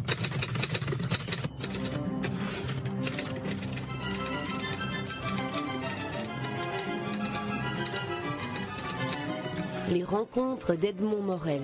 Les rencontres d'Edmond Morel.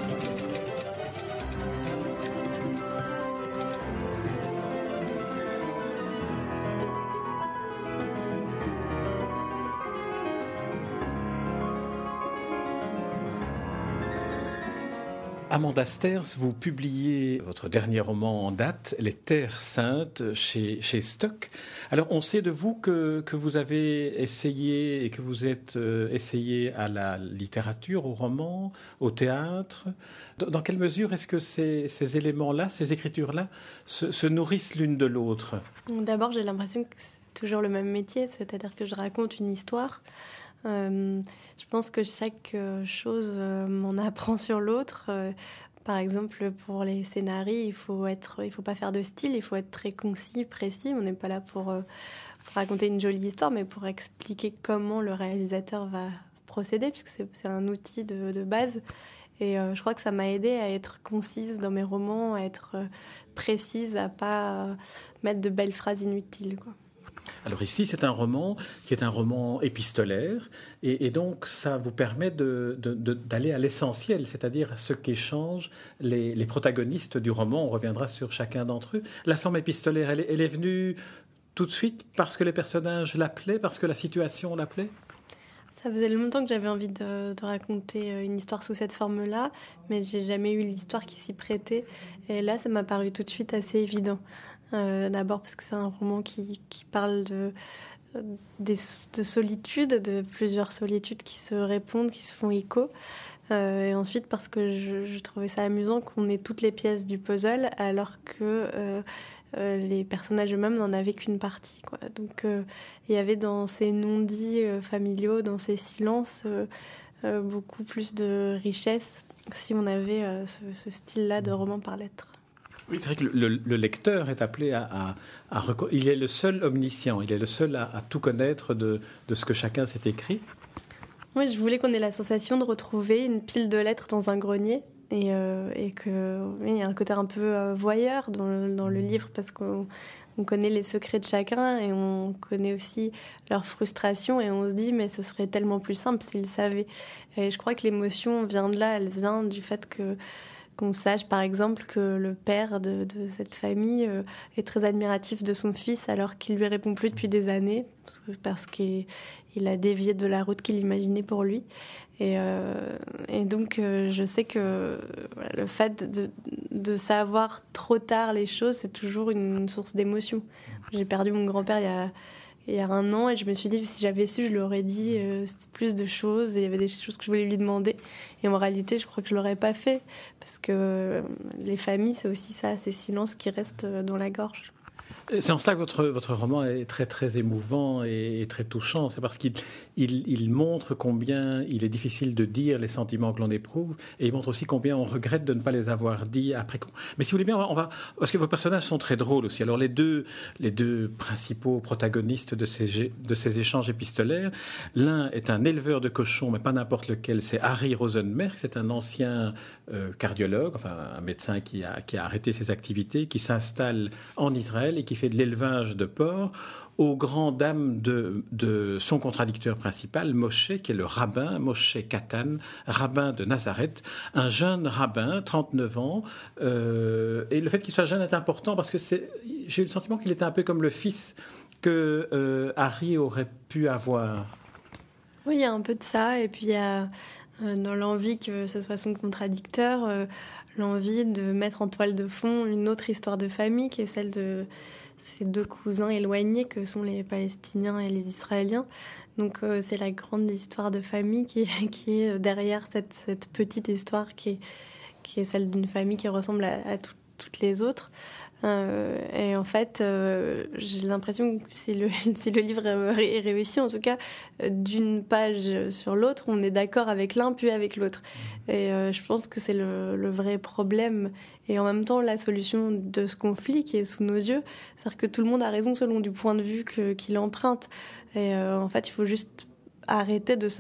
Amanda Sters, vous publiez votre dernier roman en date, Les Terres Saintes, chez Stock. Alors, on sait de vous que vous avez essayé et que vous êtes essayé à la littérature, au roman, au théâtre. Dans quelle mesure est-ce que ces éléments-là, ces écritures-là, se nourrissent l'une de l'autre ? D'abord, j'ai l'impression que c'est toujours le même métier, c'est-à-dire que je raconte une histoire. Je pense que chaque chose m'en apprend sur l'autre. Par exemple, pour les scénarios, il faut pas faire de style, il faut être très concis, précis. On n'est pas là pour raconter une jolie histoire, mais pour expliquer comment le réalisateur va procéder, puisque c'est un outil de base. Et je crois que ça m'a aidée à être concise dans mes romans, à être précise, à pas mettre de belles phrases inutiles, quoi. Alors ici, c'est un roman qui est un roman épistolaire et donc ça vous permet d'aller à l'essentiel, c'est-à-dire à ce qu'échangent les protagonistes du roman. On reviendra sur chacun d'entre eux. La forme épistolaire, elle est venue tout de suite parce que les personnages l'appelaient, parce que la situation l'appelait ? Ça faisait longtemps que j'avais envie de raconter une histoire sous cette forme-là, mais j'ai jamais eu l'histoire qui s'y prêtait. Et là, ça m'a paru tout de suite assez évident. D'abord parce que c'est un roman qui parle de solitude, de plusieurs solitudes qui se répondent, qui se font écho. Et ensuite parce que je trouvais ça amusant qu'on ait toutes les pièces du puzzle alors que les personnages eux-mêmes n'en avaient qu'une partie, quoi. Donc il y avait dans ces non-dits familiaux, dans ces silences, beaucoup plus de richesse si on avait ce style-là de roman par lettres. Oui, c'est vrai que le lecteur est appelé à il est le seul omniscient, il est le seul à tout connaître de ce que chacun s'est écrit. Oui, je voulais qu'on ait la sensation de retrouver une pile de lettres dans un grenier et que il y a un côté un peu voyeur dans le livre parce qu'on connaît les secrets de chacun et on connaît aussi leurs frustrations et on se dit mais ce serait tellement plus simple s'ils savaient. Et je crois que l'émotion vient de là, elle vient du fait qu'on sache par exemple que le père de cette famille est très admiratif de son fils alors qu'il lui répond plus depuis des années parce qu'il a dévié de la route qu'il imaginait pour lui. Et donc je sais que le fait de savoir trop tard les choses, c'est toujours une source d'émotion. J'ai perdu mon grand-père il y a 1 an et je me suis dit si j'avais su je lui aurais dit plus de choses et il y avait des choses que je voulais lui demander et en réalité je crois que je l'aurais pas fait parce que les familles c'est aussi ça, ces silences qui restent dans la gorge. C'est en cela que votre roman est très très émouvant et très touchant. C'est parce qu'il montre combien il est difficile de dire les sentiments que l'on éprouve et il montre aussi combien on regrette de ne pas les avoir dit après coup. Mais si vous voulez bien, on va parce que vos personnages sont très drôles aussi. Alors les deux principaux protagonistes de ces échanges épistolaires, l'un est un éleveur de cochons, mais pas n'importe lequel. C'est Harry Rosenmerk. C'est un ancien cardiologue, enfin un médecin qui a arrêté ses activités, qui s'installe en Israël et qui fait de l'élevage de porcs aux grandes dames de son contradicteur principal, Moshe, qui est le rabbin, Moshe Katan, rabbin de Nazareth, un jeune rabbin, 39 ans. Et le fait qu'il soit jeune est important parce que j'ai eu le sentiment qu'il était un peu comme le fils que Harry aurait pu avoir. Oui, il y a un peu de ça. Et puis il y a dans l'envie que ce soit son contradicteur, l'envie de mettre en toile de fond une autre histoire de famille qui est celle de ces 2 cousins éloignés que sont les Palestiniens et les Israéliens. Donc c'est la grande histoire de famille qui est derrière cette petite histoire qui est celle d'une famille qui ressemble à toutes les autres. Et en fait, j'ai l'impression que si le livre est réussi, en tout cas, d'une page sur l'autre, on est d'accord avec l'un puis avec l'autre. Et je pense que c'est le vrai problème. Et en même temps, la solution de ce conflit qui est sous nos yeux, c'est-à-dire que tout le monde a raison selon du point de vue qu'il emprunte. Et en fait, il faut juste arrêter de savoir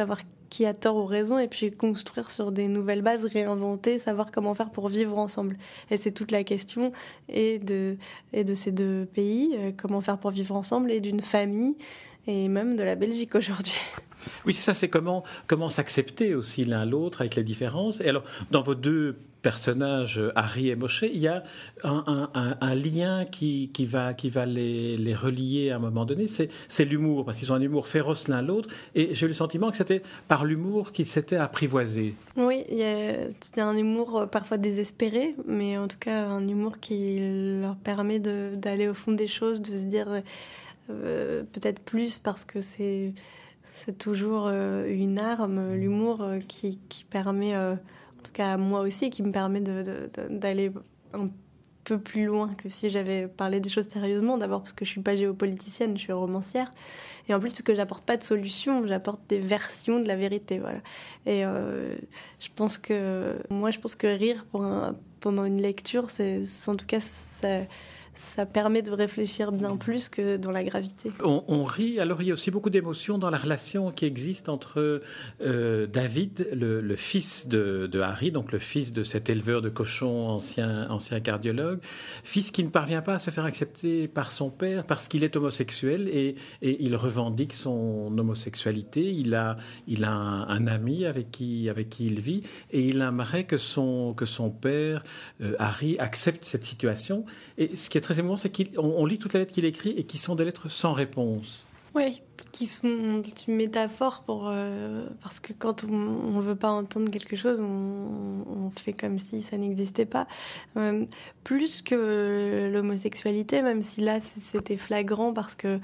qui a tort ou raison, et puis construire sur des nouvelles bases, réinventer, savoir comment faire pour vivre ensemble. Et c'est toute la question et de ces deux pays, comment faire pour vivre ensemble, et d'une famille, et même de la Belgique aujourd'hui. Oui, c'est ça, c'est comment s'accepter aussi l'un l'autre avec les différences. Et alors, dans vos deux personnages, Harry et Moshe, il y a un lien qui va les relier à un moment donné, c'est l'humour, parce qu'ils ont un humour féroce l'un l'autre, et j'ai eu le sentiment que c'était par l'humour qu'ils s'étaient apprivoisés. Oui, c'est un humour parfois désespéré, mais en tout cas un humour qui leur permet d'aller au fond des choses, de se dire peut-être plus, parce que c'est toujours une arme, l'humour, qui permet, en tout cas à moi aussi, qui me permet d'aller un peu plus loin que si j'avais parlé des choses sérieusement. D'abord parce que je ne suis pas géopoliticienne, je suis romancière. Et en plus parce que je n'apporte pas de solution, j'apporte des versions de la vérité. Voilà. Et je pense que rire pendant une lecture, en tout cas, ça permet de réfléchir bien plus que dans la gravité. On rit, alors il y a aussi beaucoup d'émotions dans la relation qui existe entre David, le fils de Harry, donc le fils de cet éleveur de cochons, ancien cardiologue, fils qui ne parvient pas à se faire accepter par son père parce qu'il est homosexuel et il revendique son homosexualité. Il a un ami avec qui il vit et il aimerait que son père, Harry, accepte cette situation. Et ce qui est très émouvant, c'est qu'on lit toutes les lettres qu'il écrit et qui sont des lettres sans réponse. Oui, qui sont une métaphore parce que quand on veut pas entendre quelque chose, on fait comme si ça n'existait pas. Plus que l'homosexualité, même si là c'était flagrant parce que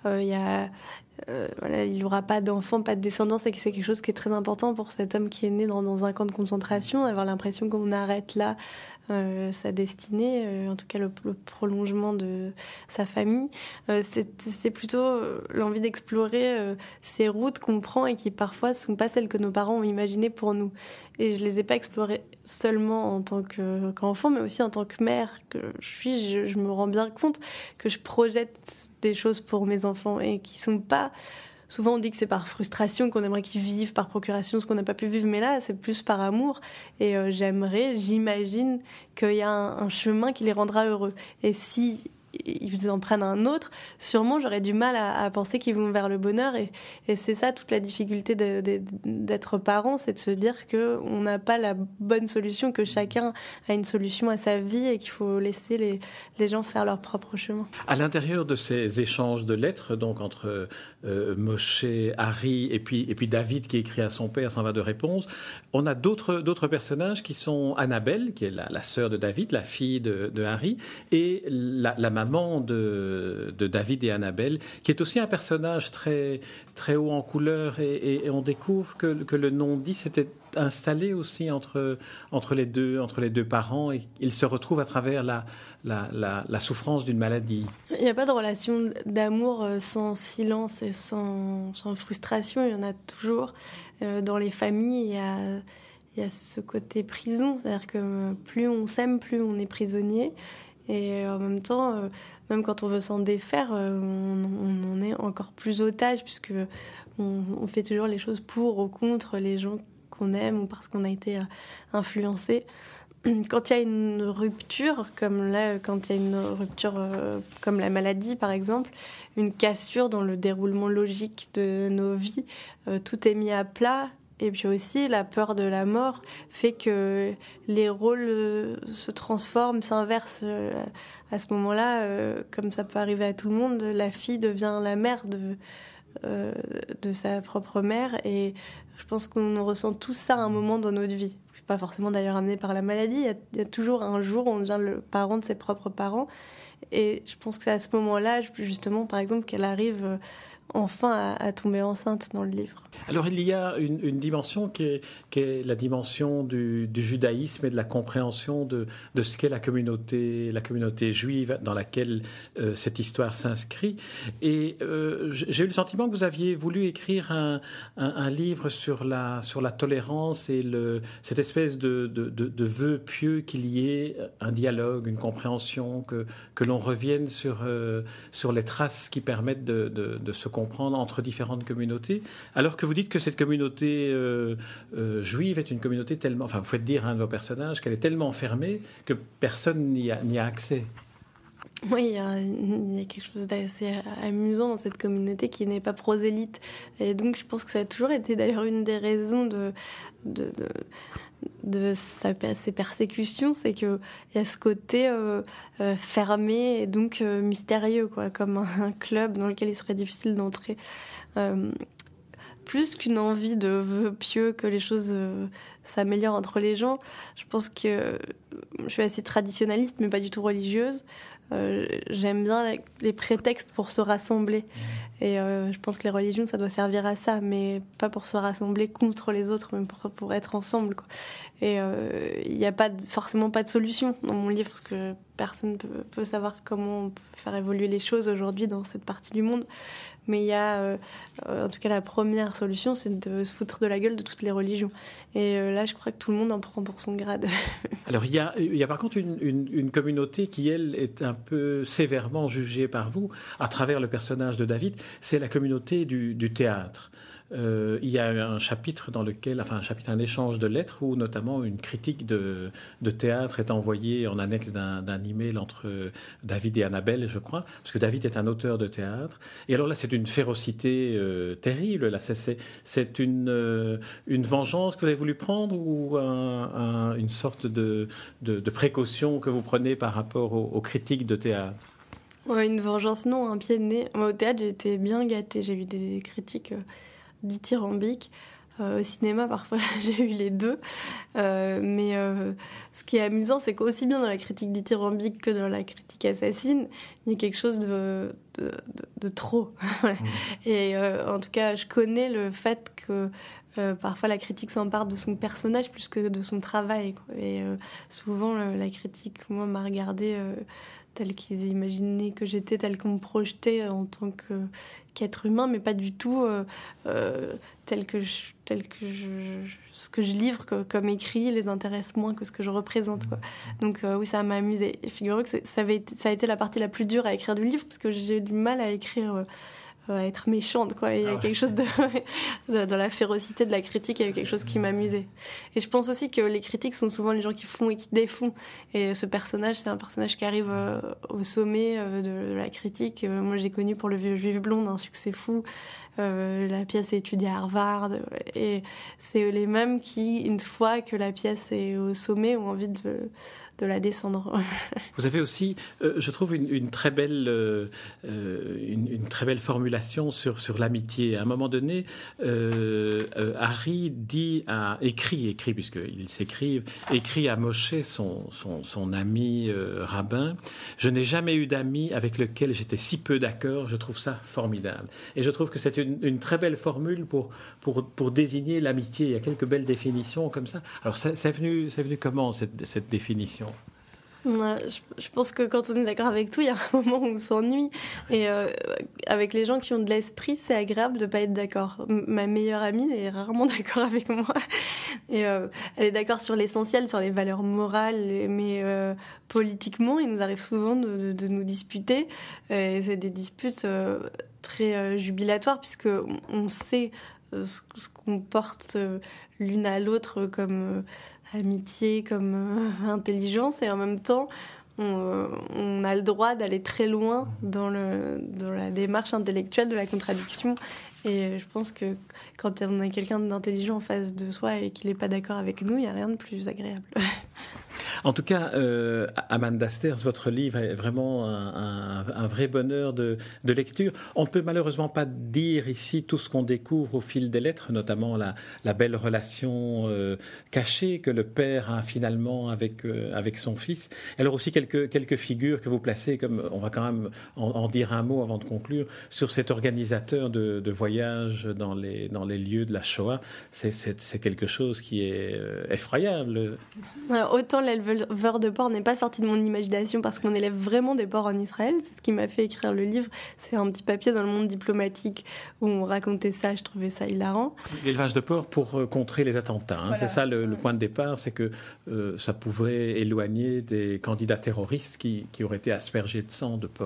il n'y aura pas d'enfant, pas de descendance, et que c'est quelque chose qui est très important pour cet homme qui est né dans un camp de concentration, d'avoir l'impression qu'on arrête là sa destinée, en tout cas le prolongement de sa famille. C'est plutôt l'envie d'explorer ces routes qu'on prend et qui parfois ne sont pas celles que nos parents ont imaginées pour nous. Et je ne les ai pas explorées seulement en tant qu'enfant, mais aussi en tant que mère que je suis. Je me rends bien compte que je projette des choses pour mes enfants et qui ne sont pas... Souvent, on dit que c'est par frustration qu'on aimerait qu'ils vivent, par procuration, ce qu'on n'a pas pu vivre. Mais là, c'est plus par amour. Et j'imagine qu'il y a un chemin qui les rendra heureux. Et si ils en prennent un autre, sûrement, j'aurais du mal à penser qu'ils vont vers le bonheur. Et c'est ça, toute la difficulté d'être parent, c'est de se dire qu'on n'a pas la bonne solution, que chacun a une solution à sa vie et qu'il faut laisser les gens faire leur propre chemin. À l'intérieur de ces échanges de lettres, donc entre Moshe, Harry et puis David qui écrit à son père sans avoir de réponse, on a d'autres personnages qui sont Annabelle, qui est la sœur de David, la fille de Harry, et la maman de David et Annabelle, qui est aussi un personnage très, très haut en couleur, et on découvre que le non-dit s'était installé aussi entre les deux parents, et ils se retrouvent à travers la souffrance d'une maladie. Il n'y a pas de relation d'amour sans silence et sans frustration, il y en a toujours. Dans les familles, il y a ce côté prison, c'est-à-dire que plus on s'aime, plus on est prisonnier. Et en même temps, même quand on veut s'en défaire, on en est encore plus otage, puisque on fait toujours les choses pour ou contre les gens qu'on aime ou parce qu'on a été influencé. Quand il y a une rupture, comme là, quand il y a une rupture comme la maladie par exemple, une cassure dans le déroulement logique de nos vies, tout est mis à plat. Et puis aussi, la peur de la mort fait que les rôles se transforment, s'inversent. À ce moment-là, comme ça peut arriver à tout le monde, la fille devient la mère de sa propre mère. Et je pense qu'on ressent tout ça à un moment dans notre vie. Pas forcément d'ailleurs amené par la maladie. Il y a toujours un jour où on devient le parent de ses propres parents. Et je pense que c'est à ce moment-là, justement, par exemple, qu'elle arrive enfin à tomber enceinte dans le livre. Alors il y a une dimension qui est la dimension du judaïsme et de la compréhension de ce qu'est la communauté juive dans laquelle cette histoire s'inscrit. Et j'ai eu le sentiment que vous aviez voulu écrire un livre sur la tolérance et cette espèce de vœu pieux qu'il y ait un dialogue, une compréhension, que l'on revienne sur les traces qui permettent de se comprendre comprendre entre différentes communautés, alors que vous dites que cette communauté juive est une communauté tellement... Enfin, vous faites dire à un de vos personnages qu'elle est tellement fermée que personne n'y a accès. Oui, il y a quelque chose d'assez amusant dans cette communauté qui n'est pas prosélyte. Et donc, je pense que ça a toujours été d'ailleurs une des raisons de ces persécutions, c'est qu'il y a ce côté fermé et donc mystérieux, quoi, comme un club dans lequel il serait difficile d'entrer. Plus qu'une envie de vœux pieux que les choses s'améliorent entre les gens, je pense que je suis assez traditionnaliste, mais pas du tout religieuse. J'aime bien les prétextes pour se rassembler. Et je pense que les religions, ça doit servir à ça, mais pas pour se rassembler contre les autres, mais pour être ensemble, quoi. Et il n'y a forcément pas de solution dans mon livre, parce que personne peut savoir comment on peut faire évoluer les choses aujourd'hui dans cette partie du monde. Mais il y a, en tout cas, la première solution, c'est de se foutre de la gueule de toutes les religions. Et là, je crois que tout le monde en prend pour son grade. Alors, il y a par contre une communauté qui, elle, est un peu sévèrement jugée par vous, à travers le personnage de David, c'est la communauté du théâtre. Il y a un chapitre un échange de lettres où notamment une critique de théâtre est envoyée en annexe d'un email entre David et Annabelle, je crois, parce que David est un auteur de théâtre. Et alors là, c'est une férocité terrible. Là, c'est une vengeance que vous avez voulu prendre ou une sorte de précaution que vous prenez par rapport aux critiques de théâtre? Ouais, une vengeance, non, un pied de nez. Moi, au théâtre, j'ai été bien gâtée. J'ai eu des critiques dithyrambiques. Au cinéma, parfois, j'ai eu les deux. Mais ce qui est amusant, c'est qu'aussi bien dans la critique dithyrambique que dans la critique assassine, il y a quelque chose de trop. Et en tout cas, je connais le fait que parfois la critique s'empare de son personnage plus que de son travail, quoi. Et souvent, la critique, moi, m'a regardée telle qu'ils imaginaient que j'étais, telle qu'on me projetait en tant qu'être humain, mais pas du tout tel que ce que je livre comme écrit les intéresse moins que ce que je représente, quoi. Donc oui, ça m'a amusée. Et figurez-vous que ça a été la partie la plus dure à écrire du livre, parce que j'ai du mal à écrire... à être méchante, quoi. Il y a quelque chose dans la férocité de la critique, il y a quelque chose qui m'amusait. Et je pense aussi que les critiques sont souvent les gens qui font et qui défont. Et ce personnage, c'est un personnage qui arrive au sommet de la critique. Moi, j'ai connu pour Le Vieux Juif Blonde un succès fou. La pièce est étudiée à Harvard. Et c'est les mêmes qui, une fois que la pièce est au sommet, ont envie de la descendre. Vous avez aussi, je trouve, une très belle formulation sur l'amitié. À un moment donné, Harry écrit puisqu'ils s'écrivent, écrit à Moshe, son ami rabbin: je n'ai jamais eu d'ami avec lequel j'étais si peu d'accord. Je trouve ça formidable. Et je trouve que c'est une très belle formule pour désigner l'amitié. Il y a quelques belles définitions comme ça. Alors, c'est venu comment cette définition? Je pense que quand on est d'accord avec tout, il y a un moment où on s'ennuie. Et avec les gens qui ont de l'esprit, c'est agréable de ne pas être d'accord. Ma meilleure amie est rarement d'accord avec moi. Et elle est d'accord sur l'essentiel, sur les valeurs morales, mais politiquement, il nous arrive souvent de nous disputer. Et c'est des disputes très jubilatoires, puisqu'on sait ce qu'on porte l'une à l'autre comme... amitié, comme intelligence, et en même temps on a le droit d'aller très loin dans la démarche intellectuelle de la contradiction. Et je pense que quand on a quelqu'un d'intelligent en face de soi et qu'il n'est pas d'accord avec nous, il n'y a rien de plus agréable. En tout cas, Amanda Sterz, votre livre est vraiment un vrai bonheur de lecture. On ne peut malheureusement pas dire ici tout ce qu'on découvre au fil des lettres, notamment la belle relation cachée que le père a finalement avec son fils. Alors aussi quelques figures que vous placez, comme on va quand même en dire un mot avant de conclure, sur cet organisateur de voyage dans les lieux de la Shoah. C'est quelque chose qui est effroyable. Alors, autant l'éleveur de porcs n'est pas sorti de mon imagination parce qu'on élève vraiment des porcs en Israël. C'est ce qui m'a fait écrire le livre. C'est un petit papier dans le Monde diplomatique où on racontait ça. Je trouvais ça hilarant. L'élevage de porcs pour contrer les attentats. Voilà. C'est ça le point de départ, c'est que ça pouvait éloigner des candidats terroristes qui auraient été aspergés de sang de porc.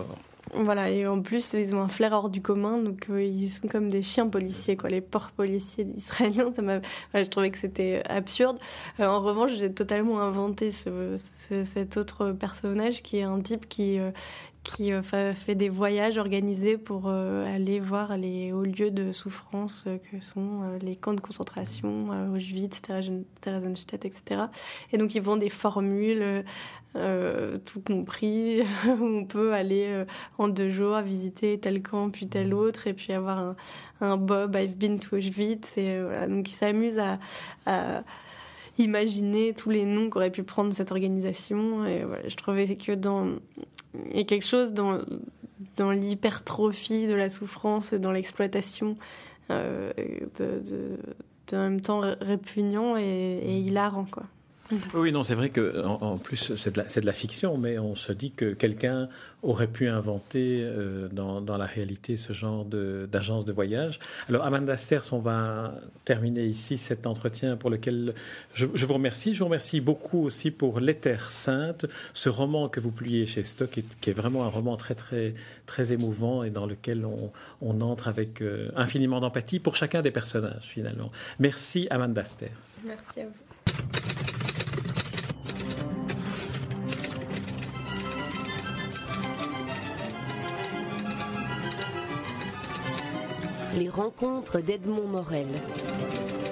Voilà, et en plus, ils ont un flair hors du commun, donc ils sont comme des chiens policiers, quoi, les porcs policiers israéliens. Je trouvais que c'était absurde. En revanche, j'ai totalement inventé cet autre personnage qui est un type qui fait des voyages organisés pour aller voir les hauts lieux de souffrance que sont les camps de concentration, Auschwitz, Theresienstadt, etc. Et donc ils vendent des formules, tout compris, où on peut aller en 2 jours visiter tel camp puis tel autre, et puis avoir un Bob, I've been to Auschwitz. Et voilà, donc ils s'amusent à imaginer tous les noms qu'aurait pu prendre cette organisation. Et voilà, je trouvais que il y a quelque chose dans l'hypertrophie de la souffrance et dans l'exploitation en même temps répugnant et hilarant, quoi. Oui, non, c'est vrai qu'en plus, c'est de la fiction, mais on se dit que quelqu'un aurait pu inventer dans la réalité ce genre d'agence de voyage. Alors, Amanda Sters, on va terminer ici cet entretien pour lequel je vous remercie. Je vous remercie beaucoup aussi pour Les Terres Saintes, ce roman que vous publiez chez Stock, qui est vraiment un roman très, très, très émouvant et dans lequel on entre avec infiniment d'empathie pour chacun des personnages, finalement. Merci, Amanda Sters. Merci à vous. Les rencontres d'Edmond Morel.